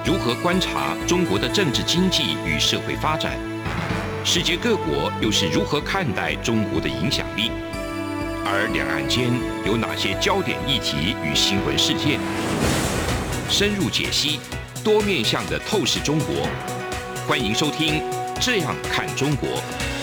如何观察中国的政治经济与社会发展？世界各国又是如何看待中国的影响力？而两岸间有哪些焦点议题与新闻事件？深入解析，多面向的透视中国。欢迎收听《这样看中国》。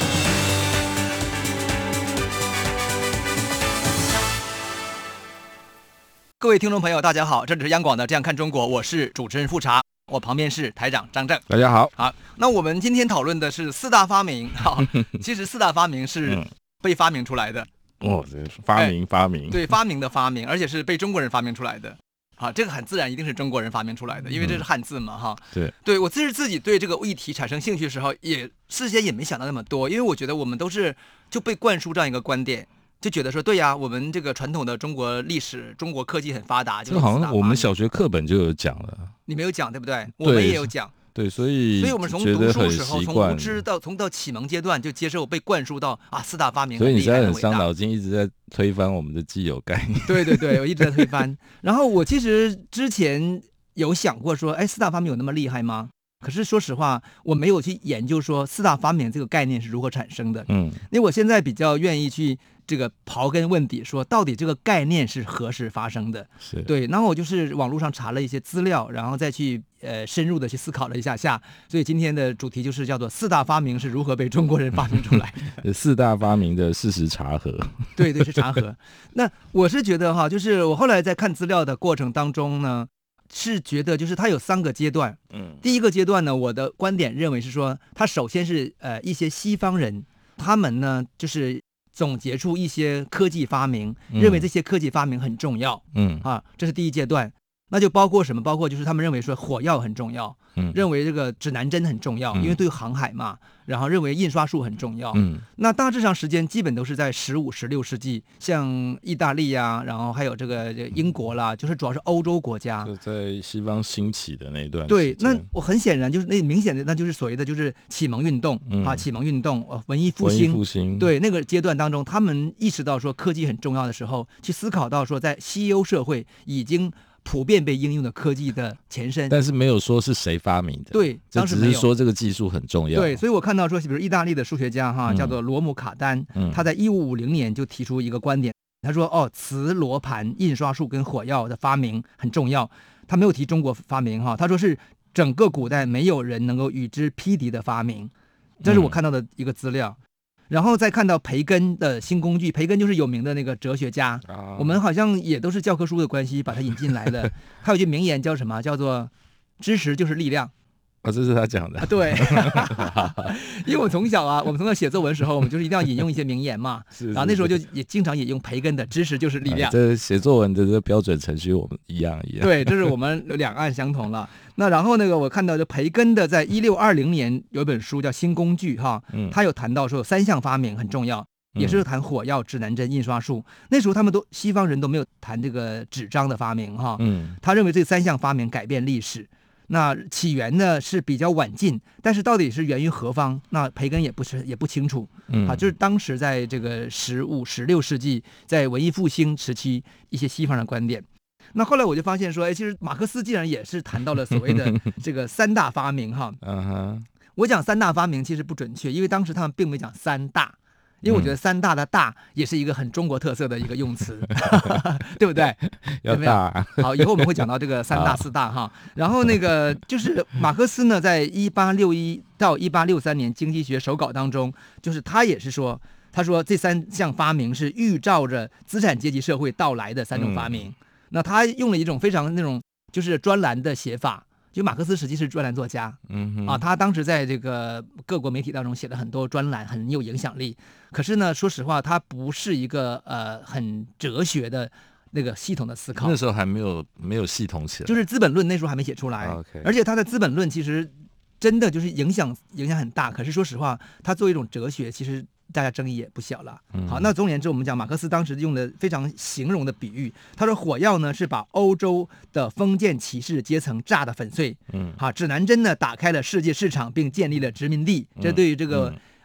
各位听众朋友，大家好，这里是央广的《这样看中国》，我是主持人富察，我旁边是台长张正。 大家好。 好，那我们今天讨论的是四大发明。好，其实四大发明是被发明出来的。 哦，这发明， 对，发明的发明，而且是被中国人发明出来的。好，这个很自然，一定是中国人发明出来的，因为这是汉字嘛，哈。对，我自己对这个议题产生兴趣的时候，事先也没想到那么多，因为我觉得我们都是就被灌输这样一个观点。就觉得说，对呀，我们这个传统的中国历史、中国科技很发达， 这好像我们小学课本就有讲了。 你没有讲对不对？我们也有讲。 对，所以我们从读书时候，从无知到启蒙阶段，就接受被灌输到四大发明很厉害， 所以你现在很伤脑筋，一直在推翻我们的既有概念。 对，我一直在推翻。然后我其实之前有想过说，四大发明有那么厉害吗？可是说实话，我没有去研究说四大发明这个概念是如何产生的。因为我现在比较愿意去这个刨根问底，说到底这个概念是何时发生的。对，然后我就是网络上查了一些资料，然后再去深入的去思考了一下。所以今天的主题就是叫做四大发明是如何被中国人发明出来的。 四大发明的事实查核。 对，是查核。那我是觉得就是我后来在看资料的过程当中呢，是觉得就是它有3个阶段。第一个阶段呢，我的观点认为是说，它首先是一些西方人，他们呢就是总结出一些科技发明，认为这些科技发明很重要。这是第一阶段。那就包括什么？包括就是他们认为说火药很重要，认为这个指南针很重要，因为对航海嘛，然后认为印刷术很重要。那大致上时间基本都是在15、16世纪，像意大利啊，然后还有这个英国啦，就是主要是欧洲国家， 就在西方兴起的那一段。 对，那我很显然就是那明显的，那就是所谓的就是启蒙运动启蒙运动，文艺复兴。对，那个阶段当中，他们意识到说科技很重要的时候，去思考到说在西欧社会已经普遍被应用的科技的前身， 但是没有说是谁发明的。 对，当时没有， 只是说这个技术很重要。 对，所以我看到说，比如意大利的数学家叫做罗姆卡丹，他在1550年就提出一个观点，他说磁罗盘、印刷术跟火药的发明很重要。他没有提中国发明他说是整个古代没有人能够与之匹敌的发明，这是我看到的一个资料。然后再看到培根的新工具，培根就是有名的那个哲学家，我们好像也都是教科书的关系把他引进来的。他有句名言叫什么？叫做知识就是力量。 这是他讲的。 对，因为我们从小写作文的时候，我们就是一定要引用一些名言嘛。然后那时候就也经常引用培根的知识就是力量。 这写作文的这个标准程序我们一样。 对，这是我们两岸相同了。那然后我看到就培根的在1620年有一本书叫《新工具》他有谈到说有3项发明很重要，也是谈火药、指南针、印刷术。那时候他们西方人都没有谈这个纸张的发明他认为这3项发明改变历史。那起源呢是比较晚近，但是到底是源于何方，那培根也不清楚。就是当时在这个15、16世纪，在文艺复兴时期一些西方的观点。那后来我就发现说，其实马克思竟然也是谈到了所谓的这个3大发明我讲3大发明其实不准确，因为当时他们并没讲3大。因为我觉得3大的大也是一个很中国特色的一个用词对不对？ 要大。 好，以后我们会讲到这个3大4大然后就是马克思呢，在1861到1863年经济学手稿当中，就是他也是说，他说这3项发明是预兆着资产阶级社会到来的3种发明。那他用了一种非常那种就是专栏的写法。就马克思实际是专栏作家，他当时在这个各国媒体当中写了很多专栏，很有影响力。可是呢，说实话，他不是一个很哲学的那个系统的思考。 那时候还没有系统起来， 就是《资本论》那时候还没写出来。而且他的《资本论》其实真的就是影响很大。可是说实话，他作为一种哲学，其实大家争议也不小了。好，那总而言之，我们讲马克思当时用的非常形容的比喻，他说火药呢是把欧洲的封建骑士阶层炸得粉碎。指南针呢打开了世界市场，并建立了殖民地。这对于这个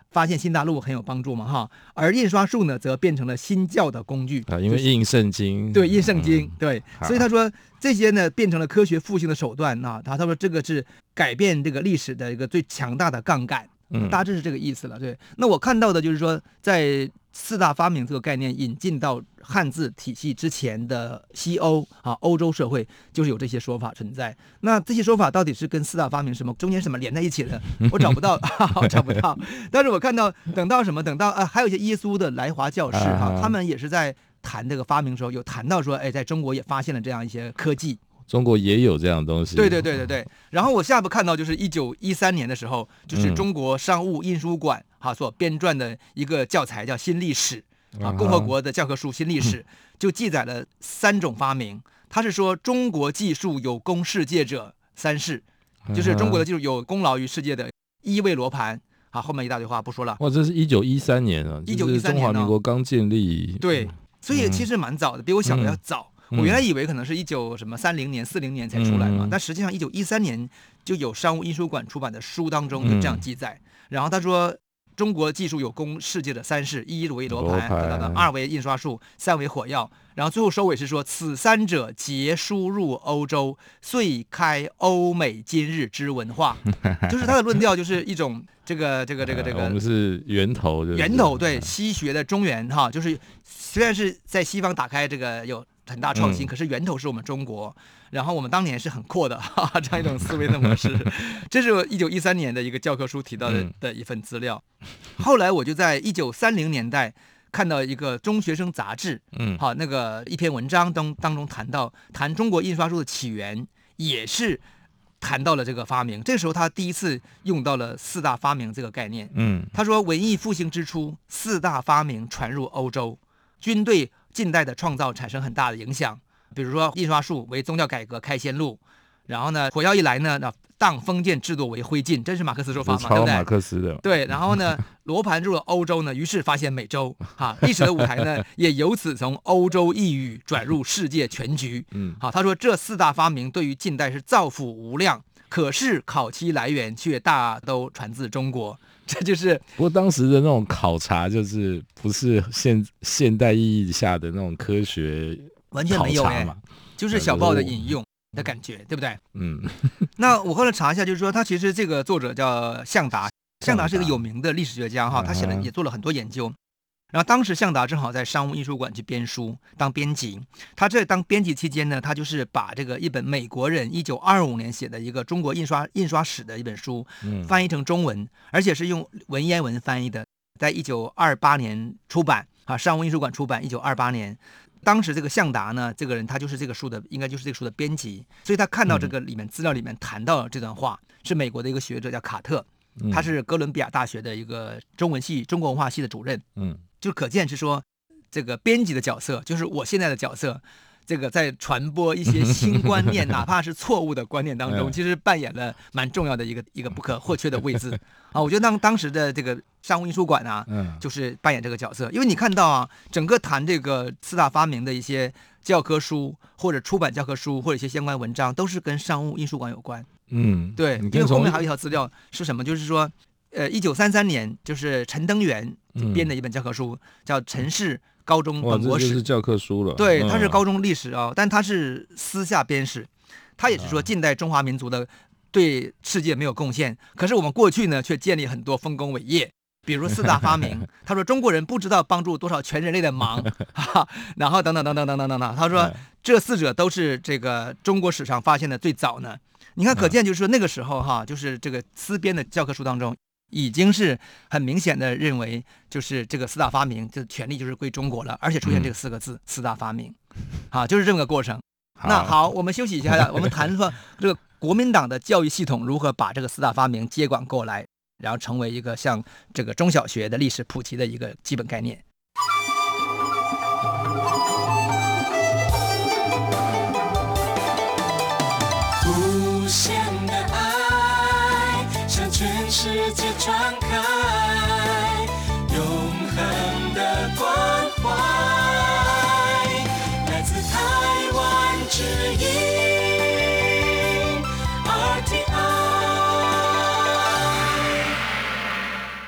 发现新大陆很有帮助嘛哈，而印刷术呢则变成了新教的工具因为印圣经， 对，印圣经，对，所以他说这些呢变成了科学复兴的手段啊，他说这个是改变这个历史的一个最强大的杠杆，大致是这个意思了。对，那我看到的就是说，在四大发明这个概念引进到汉字体系之前的西欧啊，欧洲社会就是有这些说法存在。那这些说法到底是跟四大发明中间什么连在一起的？我找不到，我找不到。但是我看到等到还有一些耶稣的来华教士哈，他们也是在谈这个发明的时候有谈到说，哎，在中国也发现了这样一些科技。 中国也有这样的东西。 对。然后我下部看到就是1913年的时候，就是中国商务印书馆所编撰的一个教材叫《新历史》共和国的教科书《新历史》就记载了3种发明。他是说中国技术有功世界者3世，就是中国的技术有功劳于世界的一为罗盘后面一大堆话不说了。 哇，这是1913年啊，1913年，中华民国刚建立。 对，所以其实蛮早的，比我想的要早。我原来以为可能是1930年、40年才出来嘛，但实际上1913年就有商务印书馆出版的书当中有这样记载。然后他说，中国技术有功世界的3世，一为罗盘，2为印刷术，3为火药。然后最后收尾是说，此3者皆输入欧洲，遂开欧美今日之文化。就是他的论调就是一种这个我们是源头， 对，西学的中原就是虽然是在西方打开这个有很大创新，可是源头是我们中国，然后我们当年是很阔的这样一种思维的模式。这是1913年的一个教科书提到的一份资料。后来我就在1930年代看到一个中学生杂志，那个一篇文章当中谈中国印刷术的起源，也是谈到了这个发明。这个时候他第一次用到了4大发明这个概念。他说文艺复兴之初，4大发明传入欧洲，均对近代的创造产生很大的影响。比如说印刷术为宗教改革开先路，然后呢火药一来呢，当封建制度为灰烬，这是马克思说法嘛，对不对？ 马克思的。 对，然后呢罗盘入了欧洲呢，于是发现美洲历史的舞台呢也由此从欧洲一隅转入世界全局。他说这4大发明对于近代是造福无量，可是考期来源却大都传自中国。这就是不过当时的那种考察就是不是现代意义下的那种科学完全没有嘛，就是小报的引用的感觉，对不对？那我后来查一下，就是说他其实这个作者叫向达是一个有名的历史学家他写了也做了很多研究。然后当时向达正好在商务印书馆去编书当编辑，他这当编辑期间呢，他就是把这个一本美国人1925年写的一个中国印刷史的一本书翻译成中文，而且是用文言文翻译的，在1928年出版商务印书馆出版1928年。当时这个向达呢，这个人他就是这个书的，应该就是这个书的编辑，所以他看到这个里面资料里面谈到了这段话，是美国的一个学者叫卡特，他是哥伦比亚大学的一个中文系中国文化系的主任。就可见是说这个编辑的角色就是我现在的角色，这个在传播一些新观念哪怕是错误的观念当中其实扮演了蛮重要的一个不可或缺的位置我觉得当时的这个商务印书馆就是扮演这个角色。因为你看到整个谈这个4大发明的一些教科书或者出版教科书或者一些相关文章都是跟商务印书馆有关。对，因为后面还有一条资料是什么，就是说1933年就是陈登元编的一本教科书叫陈氏高中本国史， 这就是教科书了。 对，它是高中历史但它是私下编史，它也是说近代中华民族的对世界没有贡献，可是我们过去呢却建立很多丰功伟业，比如4大发明他说中国人不知道帮助多少全人类的忙然后等等，他说这4者都是这个中国史上发现的最早呢。你看可见就是说那个时候就是这个私编的教科书当中已经是很明显的认为就是这个4大发明这权利就是归中国了，而且出现这个4个字4大发明就是这么个过程。那好，我们休息一下我们谈说这个国民党的教育系统如何把这个4大发明接管过来，然后成为一个像这个中小学的历史普及的一个基本概念。 无限的爱向全世界传开，永恒的关怀来自台湾之音 RTI。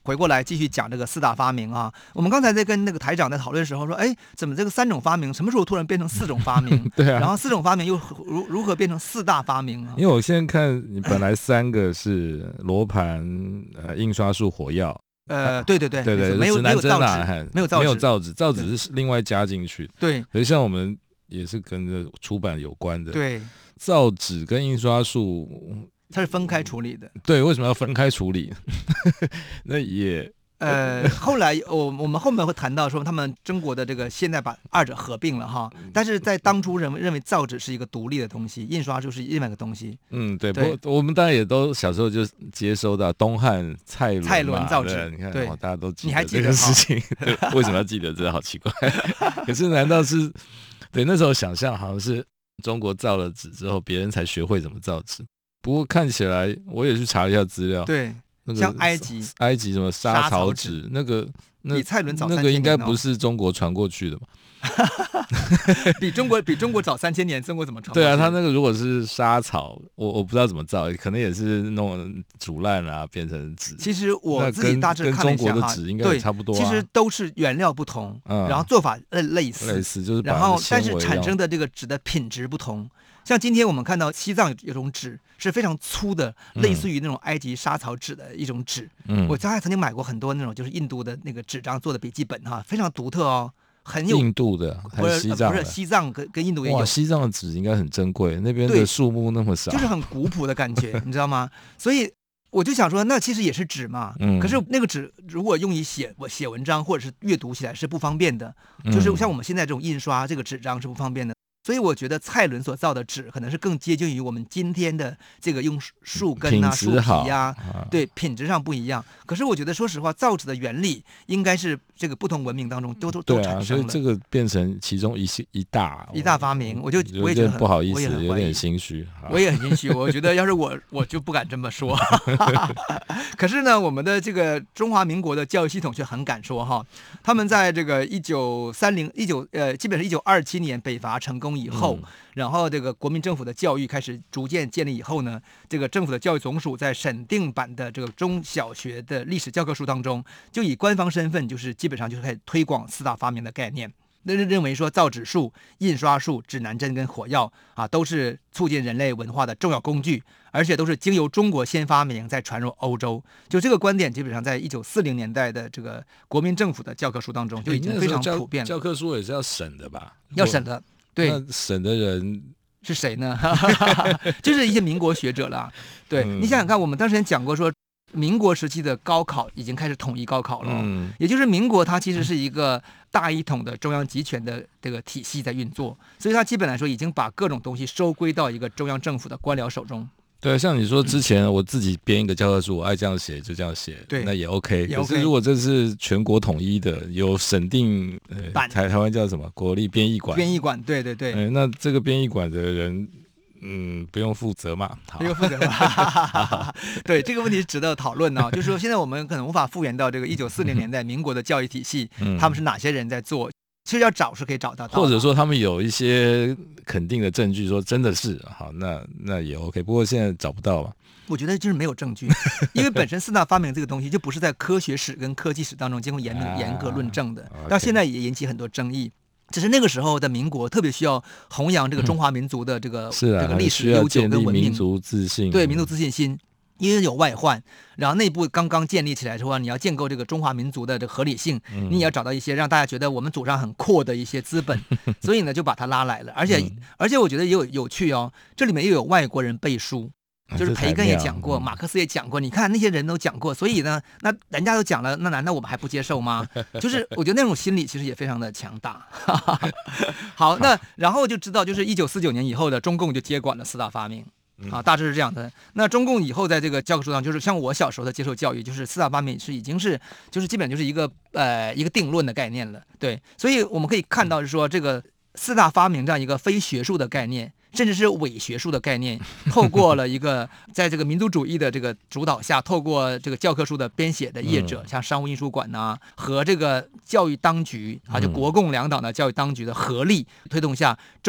回过来继续讲这个4大发明啊。我们刚才在跟那个台长在讨论的时候说，哎，怎么这个3种发明什么时候突然变成4种发明？ 对啊， 然后4种发明又如何变成4大发明啊？ 因为我现在看你本来3个是罗盘、印刷术、火药。 对，没有造纸，没有造纸，造纸是另外加进去。 对， 可是像我们也是跟着出版有关的。 对， 造纸跟印刷术它是分开处理的。 对，为什么要分开处理？那也后来我们后面会谈到说，他们中国的这个现在把2者合并了哈，但是在当初认为造纸是一个独立的东西，印刷术是另外一个东西。 对，不过我们当然也都小时候就接收到东汉蔡伦造纸， 你看， 对， 大家都记得， 你还记得这个事情？为什么要记得？这好奇怪。可是难道是对那时候想象好像是中国造了纸之后，别人才学会怎么造纸？不过看起来，我也去查一下资料， 对。像埃及什么沙草纸，那比蔡伦早3000年， 那个应该不是中国传过去的嘛？ 比中国早3000年，中国怎么传？ 对啊，他那个如果是沙草，我不知道怎么造，可能也是弄煮烂啊变成纸。 其实我自己大致看了一下， 跟中国的纸应该也差不多啊。 其实都是原料不同，然后做法类似， 就是然后但是产生的这个纸的品质不同。像今天我们看到西藏有种纸是非常粗的，类似于那种埃及沙草纸的一种纸。我家还曾经买过很多那种就是印度的那个纸张做的笔记本哈，非常独特哦，很有印度的还是西藏的？ 不是西藏跟印度也有。 哇，西藏的纸应该很珍贵，那边的树木那么少， 就是很古朴的感觉，你知道吗？所以我就想说，那其实也是纸嘛。可是那个纸如果用于写文章或者是阅读起来是不方便的，就是像我们现在这种印刷这个纸张是不方便的。所以我觉得蔡伦所造的纸可能是更接近于我们今天的这个用树根啊、树皮啊，对，品质上不一样。可是我觉得，说实话，造纸的原理应该是这个不同文明当中都产生了， 所以这个变成其中一大发明。我也觉得不好意思，有点心虚。 我也很心虚，我觉得要是我就不敢这么说。可是呢，我们的这个中华民国的教育系统却很敢说哈，他们在这个基本是1927年北伐成功以后，然后这个国民政府的教育开始逐渐建立以后呢，这个政府的教育总署在审定版的这个中小学的历史教科书当中，就以官方身份就是基本上就是开始推广4大发明的概念。认为说造纸术、印刷术、指南针跟火药啊，都是促进人类文化的重要工具，而且都是经由中国先发明再传入欧洲。就这个观点，基本上在1940年代的这个国民政府的教科书当中就已经非常普遍了。 教科书也是要审的吧？ 要审的，对。 那审的人是谁呢？就是一些民国学者啦。对，你想想看，我们当时讲过说，民国时期的高考已经开始统一高考了，也就是民国它其实是一个大一统的中央集权的这个体系在运作，所以它基本来说已经把各种东西收归到一个中央政府的官僚手中。 对，像你说之前我自己编一个教科书，我爱这样写就这样写， 对， 那也 OK。 可是如果这是全国统一的，有审定台湾叫什么国立编译馆？ 对对对。 那这个编译馆的人。不用负责嘛？ 不用负责嘛？对，这个问题是值得讨论呢。就是说，现在我们可能无法复原到这个1940年代民国的教育体系，他们是哪些人在做？其实要找是可以找到， 或者说他们有一些肯定的证据，说真的是好，那也 OK。不过现在找不到嘛。 我觉得就是没有证据，因为本身4大发明这个东西就不是在科学史跟科技史当中经过严格论证的，到现在也引起很多争议。只是那个时候的民国特别需要弘扬这个中华民族的这个历史悠久跟文明， 民族自信， 对民族自信心，因为有外患，然后内部刚刚建立起来的话，你要建构这个中华民族的这个合理性，你也要找到一些让大家觉得我们祖上很阔的一些资本，所以呢就把它拉来了，而且我觉得也有趣哦，这里面又有外国人背书。就是培根也讲过，马克思也讲过，你看那些人都讲过，所以呢，那人家都讲了，那难道我们还不接受吗？就是我觉得那种心理其实也非常的强大。好，那然后就知道，就是1949年以后的中共就接管了4大发明。大致是这样的。那中共以后在这个教科书上，就是像我小时候的接受教育，就是4大发明已经是就是基本就是一个定论的概念了。对，所以我们可以看到，就是说这个4大发明这样一个非学术的概念。甚至是伪学术的概念，透过了一个在这个民族主义的这个主导下，透过这个教科书的编写的业者，像商务印书馆呐，和这个教育当局就国共两党的教育当局的合力推动下，终于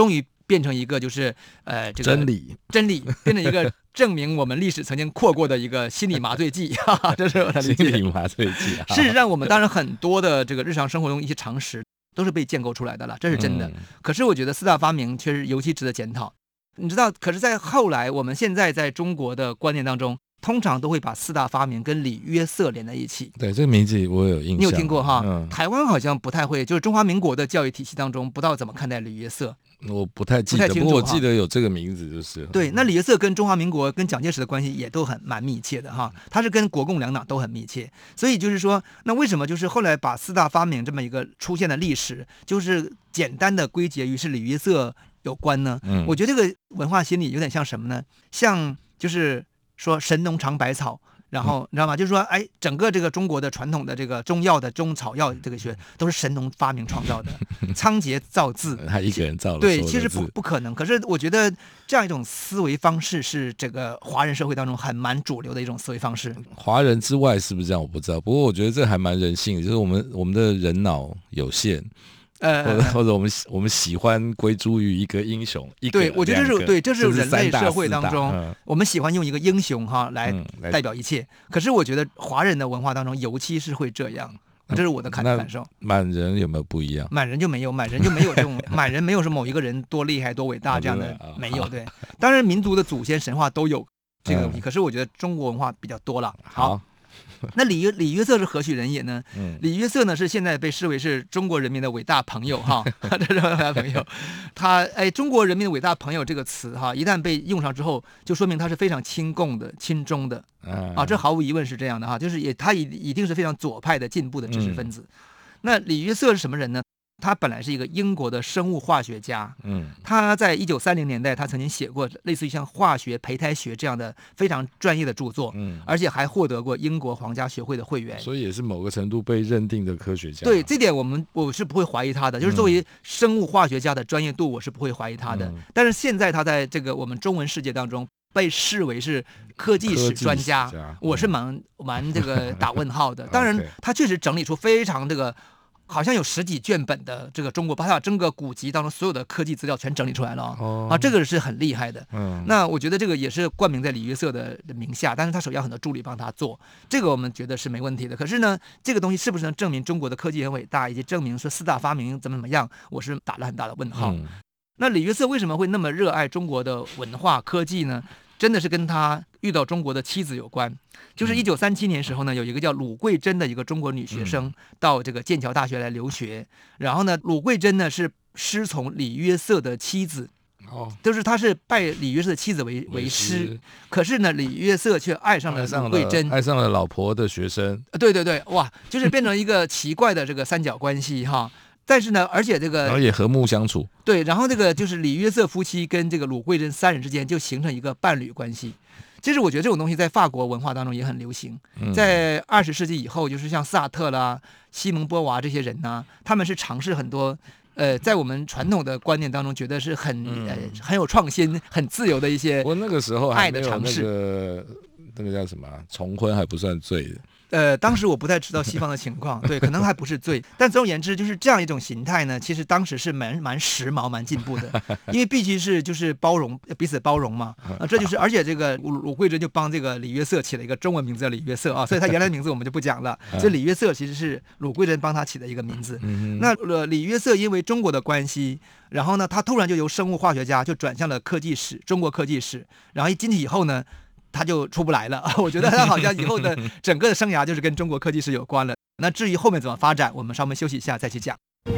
变成一个就是这个真理变成一个证明我们历史曾经扩过的一个心理麻醉剂，哈哈，这是我的理解。 心理麻醉剂。 事实上，我们当然很多的这个日常生活中一些常识都是被建构出来的了，这是真的。可是我觉得四大发明确实尤其值得检讨。你知道，可是在后来，我们现在在中国的观念当中，通常都会把四大发明跟李约瑟连在一起。 对，这个名字我有印象。 你有听过哈？台湾好像不太会，就是中华民国的教育体系当中，不知道怎么看待李约瑟。 我不太记得，不过我记得有这个名字就是了。 对，那李约瑟跟中华民国跟蒋介石的关系也都蛮密切的哈，他是跟国共两党都很密切，所以就是说，那为什么就是后来把四大发明这么一个出现的历史，就是简单的归结于是李约瑟有关呢？我觉得这个文化心理有点像什么呢？像就是说神农尝百草。然后你知道吗？就是说，哎，整个这个中国的传统的这个中药的中草药这个学都是神农发明创造的，仓颉造字， 他一个人造了。 对，其实不可能。可是我觉得这样一种思维方式是这个华人社会当中蛮主流的一种思维方式。 华人之外是不是这样？我不知道。不过我觉得这还蛮人性的，就是我们的人脑有限。或者我们喜欢归诸于一个英雄， 对，我觉得这是人类社会当中，我们喜欢用一个英雄来代表一切。可是我觉得华人的文化当中，尤其是会这样，这是我的感受。 满人有没有不一样？ 满人就没有这种满人没有说某一个人多厉害多伟大这样的，没有。对，当然民族的祖先神话都有这个问题，可是我觉得中国文化比较多了。好。那李约瑟是何许人也呢？李约瑟呢是现在被视为是中国人民的伟大朋友哈，这是伟大朋友。中国人民的伟大朋友这个词哈，一旦被用上之后，就说明他是非常亲共的、亲中的这毫无疑问是这样的哈，就是他一定是非常左派的进步的知识分子。那李约瑟是什么人呢？他本来是一个英国的生物化学家，他在1930年代，他曾经写过类似于像化学、胚胎学这样的非常专业的著作，而且还获得过英国皇家学会的会员， 所以也是某个程度被认定的科学家。 对，这点我是不会怀疑他的，就是作为生物化学家的专业度，我是不会怀疑他的。但是现在他在这个我们中文世界当中被视为是科技史专家，我是蛮这个打问号的。当然，他确实整理出非常这个。好像有10几卷本的这个中国，把整个古籍当中所有的科技资料全整理出来了这个是很厉害的。那我觉得这个也是冠名在李约瑟的名下，但是他手下很多助理帮他做，这个我们觉得是没问题的。可是呢，这个东西是不是能证明中国的科技很伟大，以及证明说四大发明怎么样，我是打了很大的问号。那李约瑟为什么会那么热爱中国的文化科技呢？真的是跟他遇到中国的妻子有关。就是1937年时候呢，有一个叫鲁桂珍的一个中国女学生到这个剑桥大学来留学，然后呢，鲁桂珍呢是师从李约瑟的妻子，就是他是拜李约瑟的妻子为师，可是呢，李约瑟却爱上了鲁桂珍， 爱上了老婆的学生。 对，哇，就是变成一个奇怪的这个三角关系哈。但是呢，而且这个然后也和睦相处。 对，然后这个就是李约瑟夫妻跟这个鲁桂珍3人之间就形成一个伴侣关系。其实我觉得这种东西在法国文化当中也很流行，在20世纪以后，就是像萨特啦、西蒙波娃这些人呢，他们是尝试很多在我们传统的观念当中觉得是很有创新、很自由的一些爱的尝试。 我那个时候还没有那个叫什么重婚还不算罪的。 当时我不太知道西方的情况，对，可能还不是罪，但总而言之，就是这样一种形态呢，其实当时是蛮时髦、蛮进步的，因为必须是就是包容彼此包容嘛，这就是，而且这个鲁桂珍就帮这个李约瑟起了一个中文名字叫李约瑟啊，所以他原来的名字我们就不讲了，所以李约瑟其实是鲁桂珍帮他起的一个名字。那李约瑟因为中国的关系，然后呢，他突然就由生物化学家就转向了科技史，中国科技史，然后一进去以后呢，他就出不来了。我觉得他好像以后的整个的生涯就是跟中国科技史有关了。那至于后面怎么发展，我们稍微休息一下再去讲。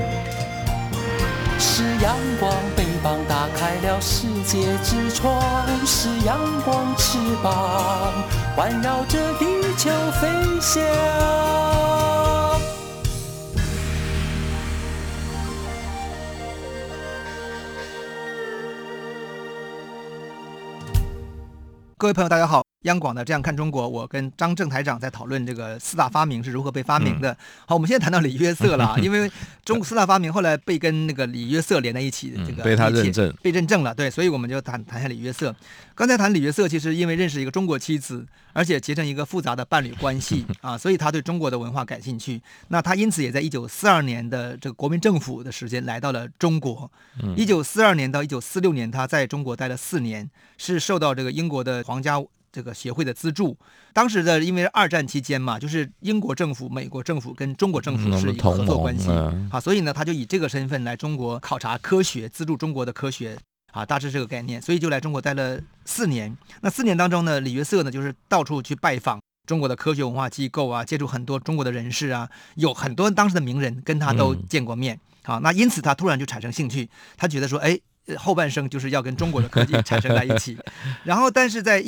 是阳光，翅膀打开了世界之窗，是阳光翅膀环绕着地球飞翔。 各位朋友大家好， 央广的这样看中国，我跟张正台长在讨论这个四大发明是如何被发明的。好，我们现在谈到李约瑟了，因为中国四大发明后来被跟那个李约瑟连在一起，这个被他认证， 被认证了，对，所以我们就谈一下李约瑟。刚才谈李约瑟，其实因为认识一个中国妻子，而且结成一个复杂的伴侣关系啊，所以他对中国的文化感兴趣。那他因此也在1942年的这个国民政府的时间来到了中国。1942年到1946年，他在中国待了4年，是受到这个英国的皇家这个协会的资助。当时的因为2战期间嘛，就是英国政府、美国政府跟中国政府是一个合作关系啊，所以呢，他就以这个身份来中国考察科学，资助中国的科学啊，大致这个概念，所以就来中国待了4年。那4年当中呢，李约瑟呢就是到处去拜访中国的科学文化机构啊，接触很多中国的人士啊，有很多当时的名人跟他都见过面。好，那因此他突然就产生兴趣，他觉得说，哎，后半生就是要跟中国的科技产生在一起。然后，但是在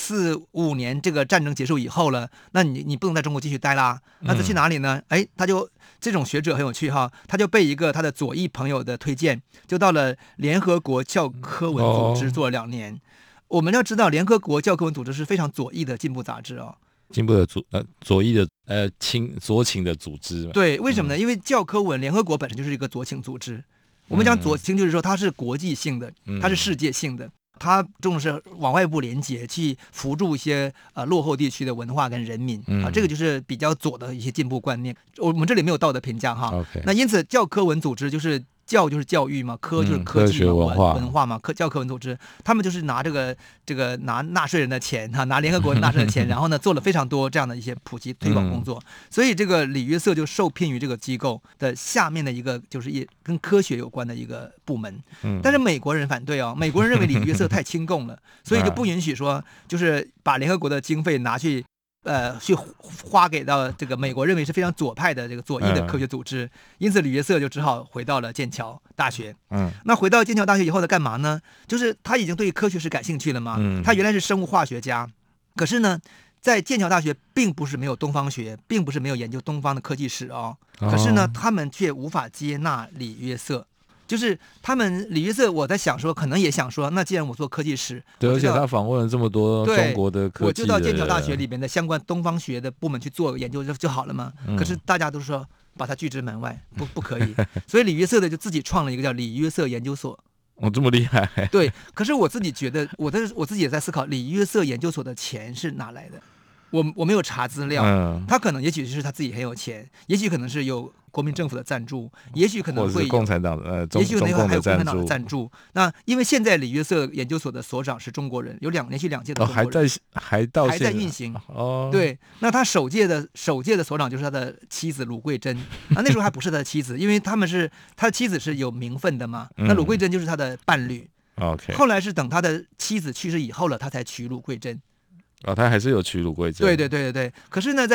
1945年这个战争结束以后了，那你不能在中国继续待啦，那他去哪里呢？哎，他就这种学者很有趣哈，他就被一个他的左翼朋友的推荐，就到了联合国教科文组织做了2年。我们要知道，联合国教科文组织是非常左翼的进步杂志哦。 进步的左翼的左倾的组织。 对，为什么呢？因为教科文联合国本身就是一个左倾组织。我们讲左倾就是说它是国际性的，它是世界性的，它重视往外部连接，去扶助一些落后地区的文化跟人民啊，这个就是比较左的一些进步观念。我们这里没有道德评价哈。那因此教科文组织就是教就是教育嘛，科就是科技嘛，文化嘛，教科文组织，他们就是拿这个拿纳税人的钱哈，拿联合国纳税人的钱，然后呢做了非常多这样的一些普及推广工作。所以这个李约瑟就受聘于这个机构的下面的一个就是跟科学有关的一个部门。但是美国人反对哦，美国人认为李约瑟太亲共了，所以就不允许说就是把联合国的经费拿去花给到这个美国认为是非常左派的这个左翼的科学组织。因此李约瑟就只好回到了剑桥大学。那回到剑桥大学以后他干嘛呢？就是他已经对科学是感兴趣了嘛。他原来是生物化学家，可是呢在剑桥大学并不是没有东方学，并不是没有研究东方的科技史哦。可是呢他们却无法接纳李约瑟。就是他们李约瑟，我在想说，可能也想说，那既然我做科技史， 对，而且他访问了这么多中国的科技， 我就到剑桥大学里面的相关东方学的部门去做研究就好了嘛。可是大家都说把他拒之门外，不可以。所以李约瑟的就自己创了一个叫李约瑟研究所。 这么厉害？ 对。可是我自己觉得，我自己也在思考，李约瑟研究所的钱是哪来的？我没有查资料，他可能也许是他自己很有钱，也许可能是有国民政府的赞助，也许可能会有共产党也许可能还有共产党的赞助。那因为现在李约瑟研究所的所长是中国人，有连续2届的中国人，还在运行。对，那他首届的所长就是他的妻子鲁桂珍。那时候还不是他的妻子，因为他的妻子是有名分的嘛。那鲁桂珍就是他的伴侣。后来是等他的妻子去世以后了，他才娶鲁桂珍。 他还是有娶鲁桂珍。 对。可是呢，在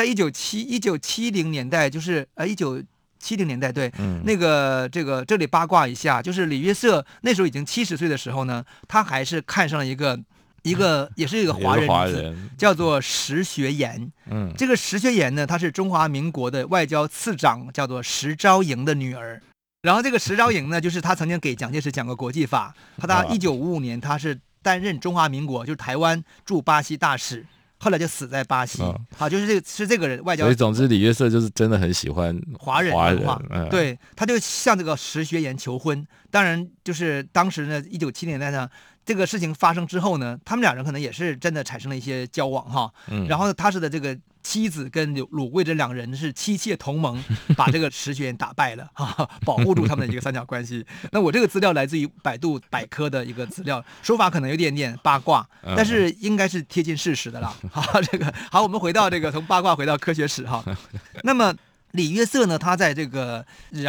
1970年代，就是1970年代，对，那个这里八卦一下，就是李约瑟那时候已经70岁的时候呢，他还是看上了一个也是一个华人叫做石学言。这个石学言呢，他是中华民国的外交次长，叫做石昭莹的女儿。然后这个石昭莹呢，就是他曾经给蒋介石讲过国际法。他1955年他是担任中华民国就是台湾驻巴西大使，后来就死在巴西。好，就是这个人外交。 所以总之李约瑟就是真的很喜欢华人文化。对，他就向这个石学言求婚。当然就是当时呢1970年代呢这个事情发生之后呢，他们2人可能也是真的产生了一些交往哈。然后他是的这个妻子跟鲁桂珍2人是妻妾同盟，把这个石学言打败了保护住他们的一个三角关系。那我这个资料来自于百度百科的一个资料，说法可能有点八卦，但是应该是贴近事实的啦。好，我们回到这个从八卦回到科学史哈。那么李约瑟呢，他在这个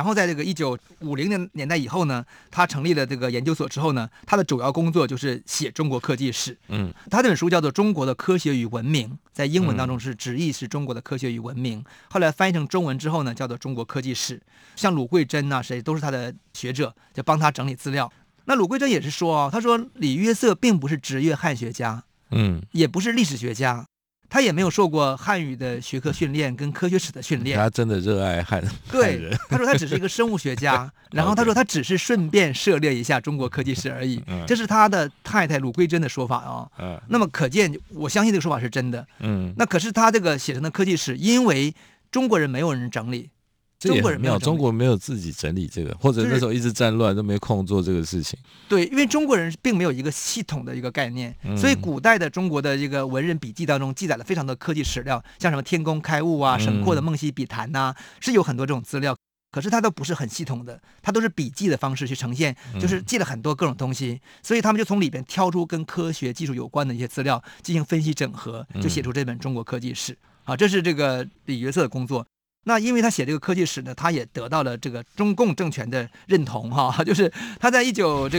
1950年代以后呢，他成立了这个研究所之后呢，他的主要工作就是写中国科技史。他这本书叫做《中国的科学与文明》，在英文当中是直译是中国的科学与文明，后来翻译成中文之后呢，叫做中国科技史。像鲁桂珍啊，谁都是他的学者，就帮他整理资料。那鲁桂珍也是说他说李约瑟并不是职业汉学家，也不是历史学家。 他也没有受过汉语的学科训练跟科学史的训练。 他真的热爱汉人。 对，他说他只是一个生物学家，然后他说他只是顺便涉猎一下中国科技史而已。这是他的太太鲁桂珍的说法哦。那么可见，我相信这个说法是真的。那可是他这个写成的科技史，因为中国人没有人整理。中国人没有， 中国没有自己整理这个，或者那时候一直战乱都没空做这个事情。 对，因为中国人并没有一个系统的一个概念，所以古代的中国的这个文人笔记当中记载了非常多科技史料，像什么天工开物啊、沈括的《梦溪笔谈》呐，是有很多这种资料。可是它都不是很系统的，它都是笔记的方式去呈现，就是记了很多各种东西，所以他们就从里边挑出跟科学技术有关的一些资料进行分析整合，就写出这本中国科技史。这是这个李约瑟的工作。那因为他写这个科技史呢，他也得到了这个中共政权的认同就是他在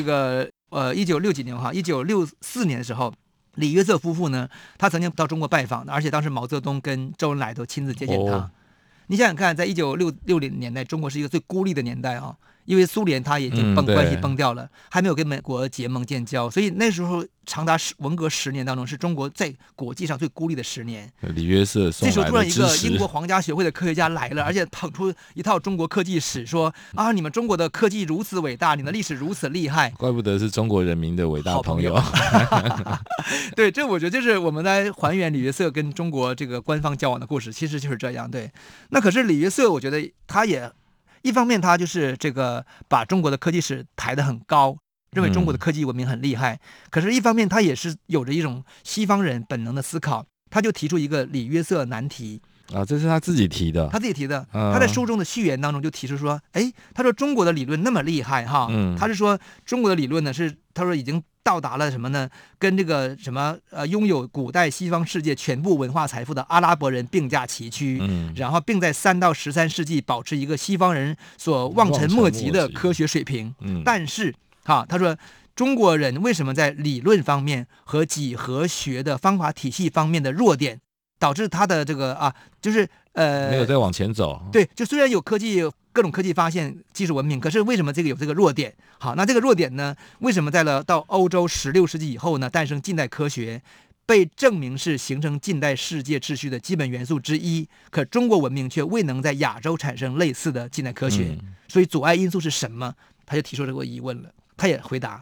1960几年1964年的时候，李约瑟夫妇呢，他曾经到中国拜访的，而且当时毛泽东跟周恩来都亲自接见他。你想想看，在1960年代，中国是一个最孤立的年代因为苏联它已经关系崩掉了，还没有跟美国结盟建交，所以那时候长达文革10年当中，是中国在国际上最孤立的10年。 李约瑟送来的支持，这时候突然一个英国皇家学会的科学家来了，而且捧出一套中国科技史，说你们中国的科技如此伟大，你们的历史如此厉害， 怪不得是中国人民的伟大朋友。 对，这我觉得就是我们来还原李约瑟跟中国这个官方交往的故事，其实就是这样。对，那可是李约瑟，我觉得他也一方面他就是这个把中国的科技史抬得很高，认为中国的科技文明很厉害，可是一方面他也是有着一种西方人本能的思考，他就提出一个李约瑟难题。 这是他自己提的。 他在书中的序言当中就提出说，他说中国的理论那么厉害他是说中国的理论呢他说已经到达了什么呢？跟这个什么拥有古代西方世界全部文化财富的阿拉伯人并驾齐驱，然后并在3到13世纪保持一个西方人所望尘莫及的科学水平。但是他说中国人为什么在理论方面和几何学的方法体系方面的弱点，导致他的这个就是没有再往前走。 对，就虽然有各种科技发现、技术文明，可是为什么有这个弱点？好，那这个弱点呢，为什么到欧洲16世纪以后呢，诞生近代科学，被证明是形成近代世界秩序的基本元素之一？可中国文明却未能在亚洲产生类似的近代科学，所以阻碍因素是什么？他就提出这个疑问了。他也回答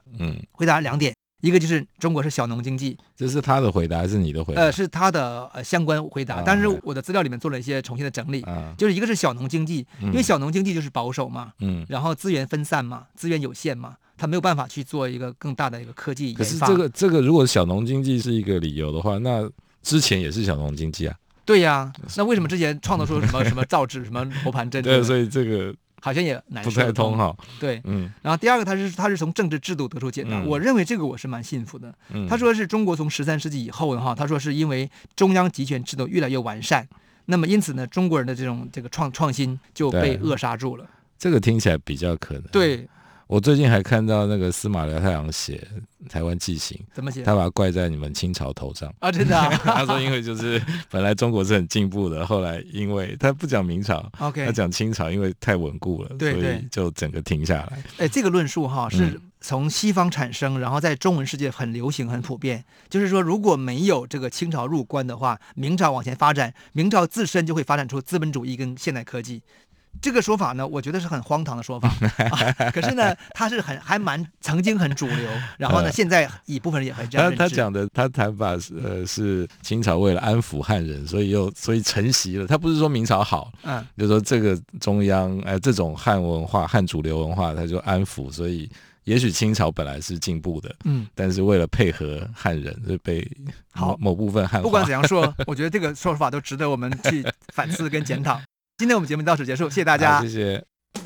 2点。一个就是中国是小农经济， 这是他的回答还是你的回答？ 是他的相关回答，但是我的资料里面做了一些重新的整理。就是一个是小农经济，因为小农经济就是保守嘛，然后资源分散嘛，资源有限嘛，他没有办法去做一个更大的一个科技研发。 可是这个如果小农经济是一个理由的话，那之前也是小农经济啊。 对呀，那为什么之前创造出什么造纸、什么罗盘阵？ 对，所以这个好像也难不太通哈。 对，然后第二个他是从政治制度得出解答，我认为这个我是蛮信服的。他说是中国从13世纪以后他说是因为中央集权制度越来越完善，那么因此呢，中国人的这个创新就被扼杀住了。 这个听起来比较可能。 对。 我最近还看到那个司马辽太郎写台湾纪行， 怎么写？ 他把它怪在你们清朝头上真的他说因为就是本来中国是很进步的，后来因为他不讲明朝，他讲清朝，因为太稳固了，所以就整个停下来。 这个论述是从西方产生，然后在中文世界很流行很普遍，就是说如果没有这个清朝入关的话，明朝往前发展，明朝自身就会发展出资本主义跟现代科技。这个说法呢，我觉得是很荒唐的说法可是呢，它是还蛮曾经很主流，然后呢，现在一部分人也会这样认知。 他讲的，他谈法是清朝为了安抚汉人，所以承袭了。他不是说明朝好，就是说这个中央这种汉文化、汉主流文化，他就安抚，所以也许清朝本来是进步的，但是为了配合汉人，就被某部分汉化。 不管怎样说，我觉得这个说法都值得我们去反思跟检讨。今天我们节目到此结束，谢谢大家。 谢谢。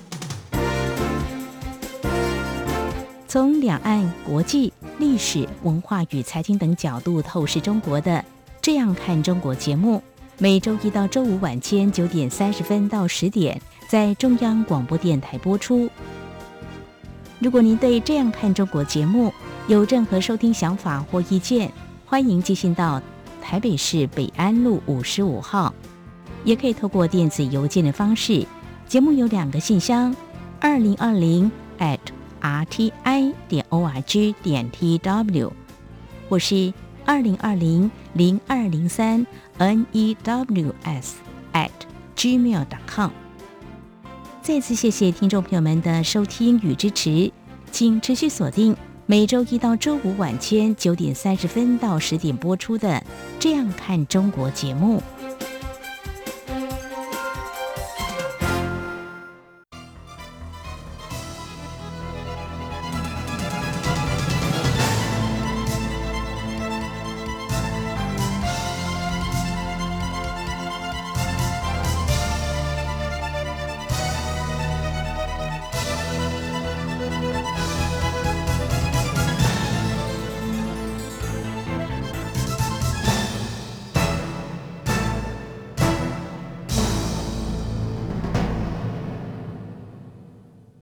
从两岸、国际、历史、文化与财经等角度透视中国的《这样看中国》节目，每周一到周五晚间9点30分到10点在中央广播电台播出。如果您对《这样看中国》节目有任何收听想法或意见，欢迎寄信到台北市北安路55号。也可以透过电子邮件的方式。节目有2个信箱，2020@rti.org.tw 或是 2020-0203 news@gmail.com。再次谢谢听众朋友们的收听与支持，请持续锁定每周一到周五晚间9点30分到10点播出的《这样看中国》节目。